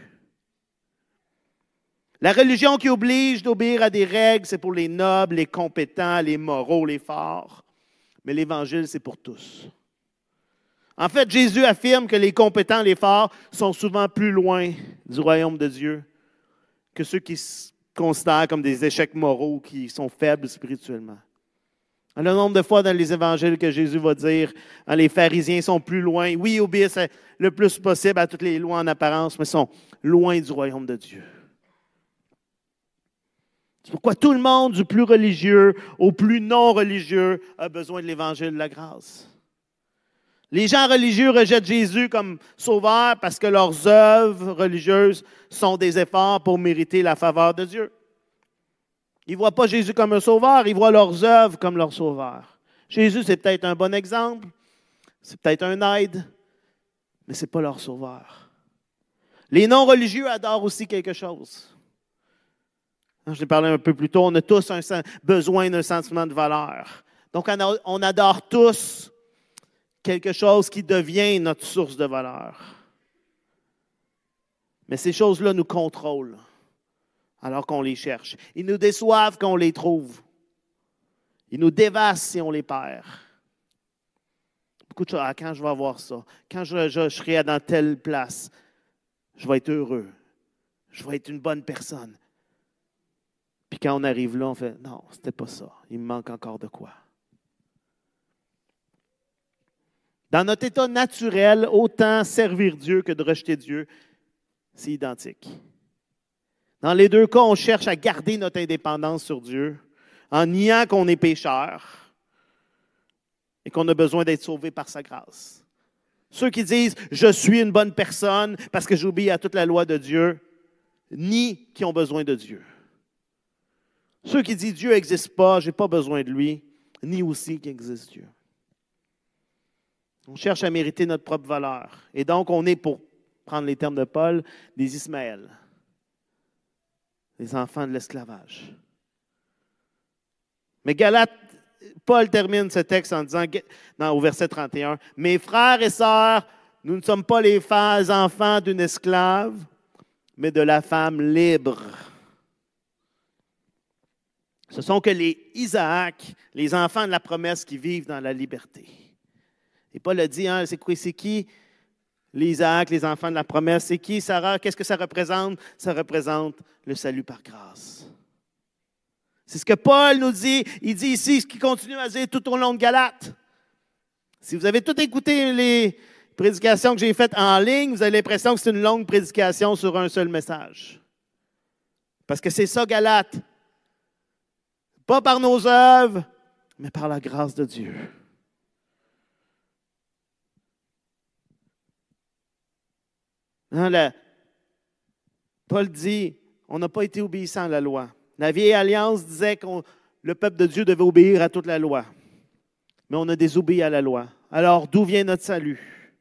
La religion qui oblige d'obéir à des règles, c'est pour les nobles, les compétents, les moraux, les forts. Mais l'Évangile, c'est pour tous. En fait, Jésus affirme que les compétents, les forts, sont souvent plus loin du royaume de Dieu que ceux qui se considèrent comme des échecs moraux, qui sont faibles spirituellement. Le nombre de fois dans les évangiles que Jésus va dire, hein, les pharisiens sont plus loin. Oui, ils obéissent le plus possible à toutes les lois en apparence, mais sont loin du royaume de Dieu. C'est pourquoi tout le monde, du plus religieux au plus non religieux, a besoin de l'évangile de la grâce. Les gens religieux rejettent Jésus comme sauveur parce que leurs œuvres religieuses sont des efforts pour mériter la faveur de Dieu. Ils ne voient pas Jésus comme un sauveur, ils voient leurs œuvres comme leur sauveur. Jésus, c'est peut-être un bon exemple, c'est peut-être un aide, mais ce n'est pas leur sauveur. Les non-religieux adorent aussi quelque chose. Je l'ai parlé un peu plus tôt, on a tous un besoin d'un sentiment de valeur. Donc, on adore tous quelque chose qui devient notre source de valeur. Mais ces choses-là nous contrôlent alors qu'on les cherche. Ils nous déçoivent quand on les trouve. Ils nous dévastent si on les perd. Beaucoup de choses. Ah, quand je vais avoir ça, quand je, je, je serai dans telle place, je vais être heureux. Je vais être une bonne personne. Puis quand on arrive là, on fait, non, c'était pas ça. Il me manque encore de quoi. Dans notre état naturel, autant servir Dieu que de rejeter Dieu, c'est identique. Dans les deux cas, on cherche à garder notre indépendance sur Dieu en niant qu'on est pécheur et qu'on a besoin d'être sauvé par sa grâce. Ceux qui disent « je suis une bonne personne parce que j'obéis à toute la loi de Dieu » nient qu'ils ont besoin de Dieu. Ceux qui disent « Dieu n'existe pas, je n'ai pas besoin de lui » nient aussi qu'il existe Dieu. On cherche à mériter notre propre valeur. Et donc, on est, pour prendre les termes de Paul, des Ismaël, les enfants de l'esclavage. Mais Galates, Paul termine ce texte en disant, dans, au verset trente et un, « Mes frères et sœurs, nous ne sommes pas les enfants d'une esclave, mais de la femme libre. » Ce sont que les Isaac, les enfants de la promesse qui vivent dans la liberté. Et Paul a dit, hein, c'est quoi, c'est qui les Isaac, les enfants de la promesse? C'est qui, Sarah? Qu'est-ce que ça représente? Ça représente le salut par grâce. C'est ce que Paul nous dit. Il dit ici, ce qu'il continue à dire tout au long de Galates. Si vous avez tout écouté les prédications que j'ai faites en ligne, vous avez l'impression que c'est une longue prédication sur un seul message. Parce que c'est ça, Galates. Pas par nos œuvres, mais par la grâce de Dieu. Hein, la, Paul dit, on n'a pas été obéissant à la loi. La vieille alliance disait que le peuple de Dieu devait obéir à toute la loi. Mais on a désobéi à la loi. Alors, d'où vient notre salut?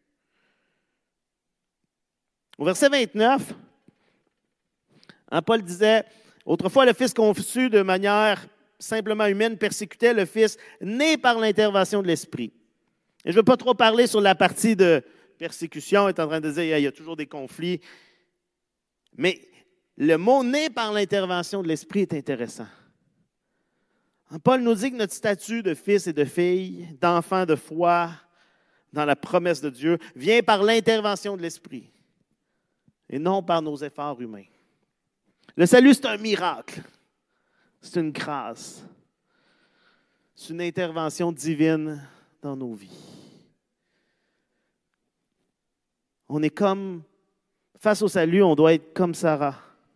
Au verset vingt-neuf, hein, Paul disait, autrefois le Fils conçu de manière simplement humaine persécutait le Fils né par l'intervention de l'Esprit. Et je ne veux pas trop parler sur la partie de persécution, est en train de dire qu'il y a toujours des conflits. Mais le mot « né par l'intervention de l'Esprit » est intéressant. Paul nous dit que notre statut de fils et de fille, d'enfant de foi, dans la promesse de Dieu, vient par l'intervention de l'Esprit et non par nos efforts humains. Le salut, c'est un miracle. C'est une grâce. C'est une intervention divine dans nos vies. On est comme, face au salut, on doit être comme Sarah,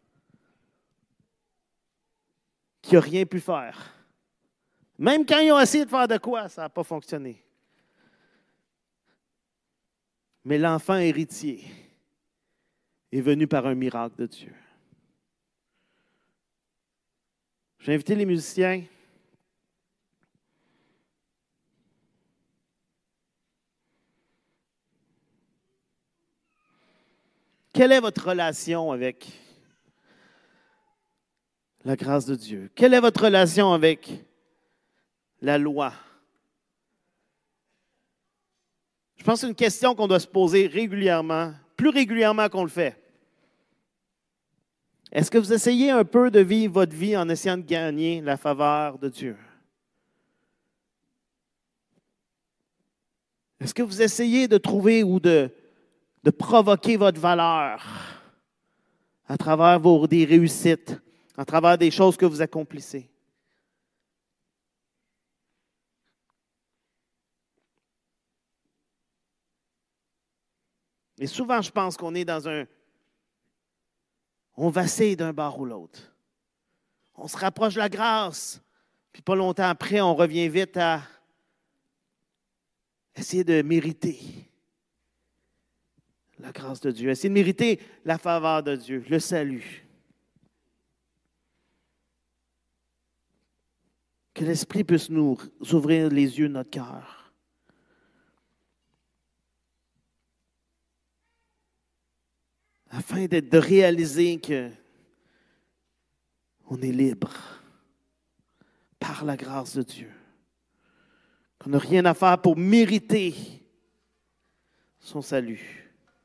qui n'a rien pu faire. Même quand ils ont essayé de faire de quoi, ça n'a pas fonctionné. Mais l'enfant héritier est venu par un miracle de Dieu. J'ai invité les musiciens. Quelle est votre relation avec la grâce de Dieu? Quelle est votre relation avec la loi? Je pense que c'est une question qu'on doit se poser régulièrement, plus régulièrement qu'on le fait. Est-ce que vous essayez un peu de vivre votre vie en essayant de gagner la faveur de Dieu? Est-ce que vous essayez de trouver ou de de provoquer votre valeur à travers vos, des réussites, à travers des choses que vous accomplissez? Et souvent, je pense qu'on est dans un... On vacille d'un bord ou l'autre. On se rapproche de la grâce, puis pas longtemps après, on revient vite à essayer de mériter la grâce de Dieu, essayer de mériter la faveur de Dieu, le salut. Que l'Esprit puisse nous ouvrir les yeux de notre cœur. Afin de, de réaliser que on est libre par la grâce de Dieu. Qu'on n'a rien à faire pour mériter son salut.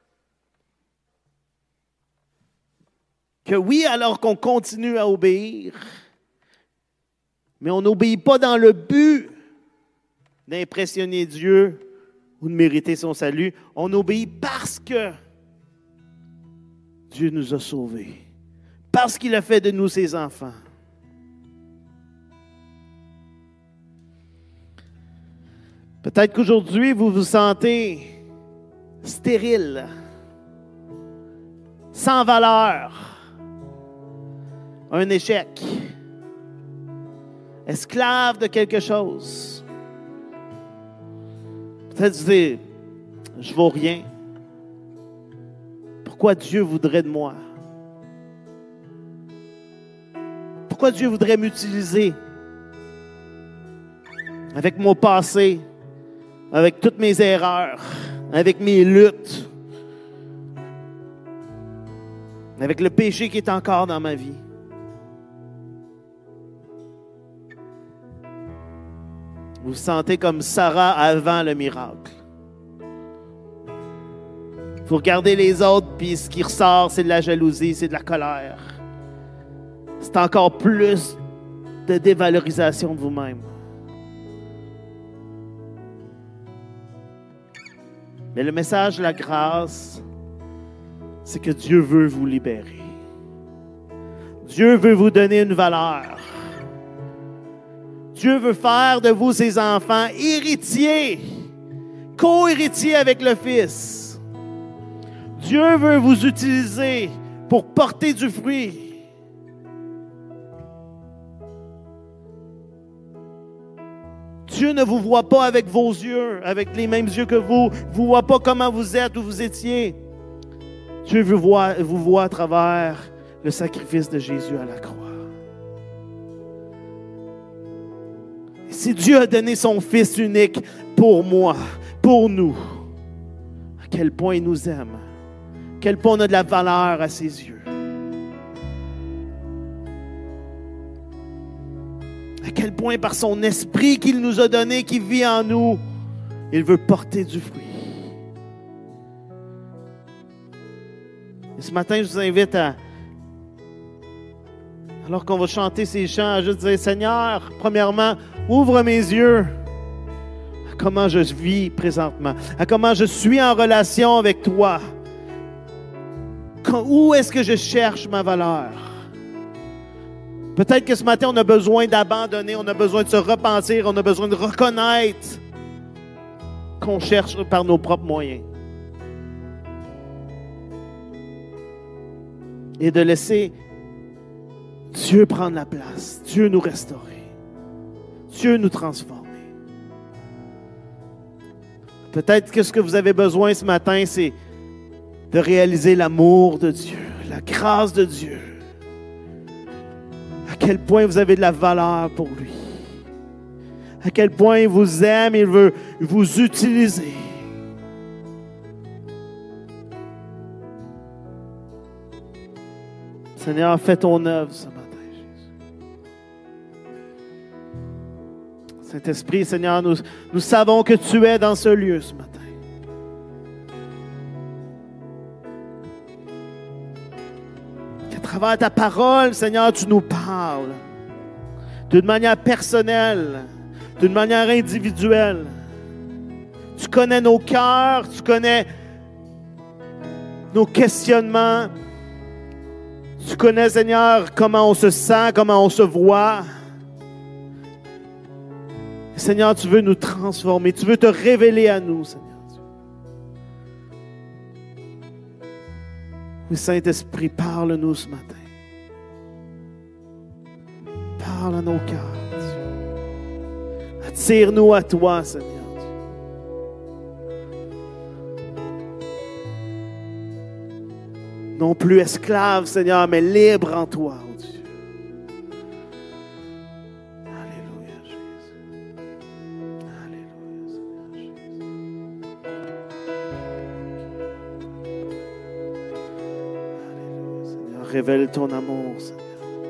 Que oui, alors qu'on continue à obéir, mais on n'obéit pas dans le but d'impressionner Dieu ou de mériter son salut. On obéit parce que Dieu nous a sauvés, parce qu'il a fait de nous ses enfants. Peut-être qu'aujourd'hui, vous vous sentez stérile, sans valeur, un échec, esclave de quelque chose. Peut-être vous dites, je ne vaux rien. Pourquoi Dieu voudrait de moi? Pourquoi Dieu voudrait m'utiliser avec mon passé, avec toutes mes erreurs, avec mes luttes, avec le péché qui est encore dans ma vie. Vous vous sentez comme Sarah avant le miracle. Vous regardez les autres, puis ce qui ressort, c'est de la jalousie, c'est de la colère. C'est encore plus de dévalorisation de vous-même. Mais le message de la grâce, c'est que Dieu veut vous libérer. Dieu veut vous donner une valeur. Dieu veut faire de vous, ses enfants, héritiers, co-héritiers avec le Fils. Dieu veut vous utiliser pour porter du fruit. Dieu ne vous voit pas avec vos yeux, avec les mêmes yeux que vous. Il ne vous voit pas comment vous êtes ou vous étiez. Dieu vous voit, vous voit à travers le sacrifice de Jésus à la croix. Et si Dieu a donné son Fils unique pour moi, pour nous, à quel point il nous aime, à quel point on a de la valeur à ses yeux. À quel point par son esprit qu'il nous a donné, qui vit en nous, il veut porter du fruit. Et ce matin, je vous invite à, alors qu'on va chanter ces chants, à juste dire, Seigneur, premièrement, ouvre mes yeux à comment je vis présentement, à comment je suis en relation avec toi. Quand, où est-ce que je cherche ma valeur? Peut-être que ce matin, on a besoin d'abandonner, on a besoin de se repentir, on a besoin de reconnaître qu'on cherche par nos propres moyens. Et de laisser Dieu prendre la place, Dieu nous restaurer, Dieu nous transformer. Peut-être que ce que vous avez besoin ce matin, c'est de réaliser l'amour de Dieu, la grâce de Dieu. À quel point vous avez de la valeur pour lui. À quel point il vous aime, il veut vous utiliser. Seigneur, fais ton œuvre ce matin, Jésus. Saint-Esprit, Seigneur, nous, nous savons que tu es dans ce lieu ce matin. Qu'à travers ta parole, Seigneur, tu nous parles d'une manière personnelle, d'une manière individuelle. Tu connais nos cœurs, tu connais nos questionnements. Tu connais, Seigneur, comment on se sent, comment on se voit. Seigneur, tu veux nous transformer. Tu veux te révéler à nous, Seigneur. Oui, Saint-Esprit, parle-nous ce matin. Parle à nos cœurs, Dieu. Attire-nous à toi, Seigneur. Non plus esclave, Seigneur, mais libre en toi, oh Dieu. Alléluia, Jésus. Alléluia, Seigneur Jésus. Alléluia, Seigneur. Révèle ton amour, Seigneur.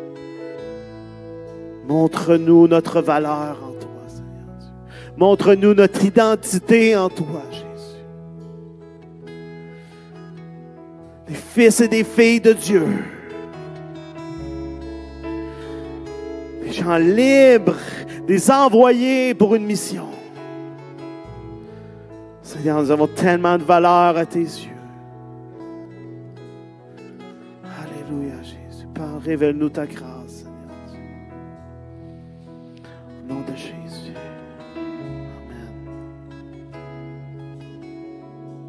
Montre-nous notre valeur en toi, Seigneur Dieu. Montre-nous notre identité en toi, Jésus. Des fils et des filles de Dieu. Des gens libres, des envoyés pour une mission. Seigneur, nous avons tellement de valeur à tes yeux. Alléluia, Jésus. Parle, révèle-nous ta grâce, Seigneur. Au nom de Jésus.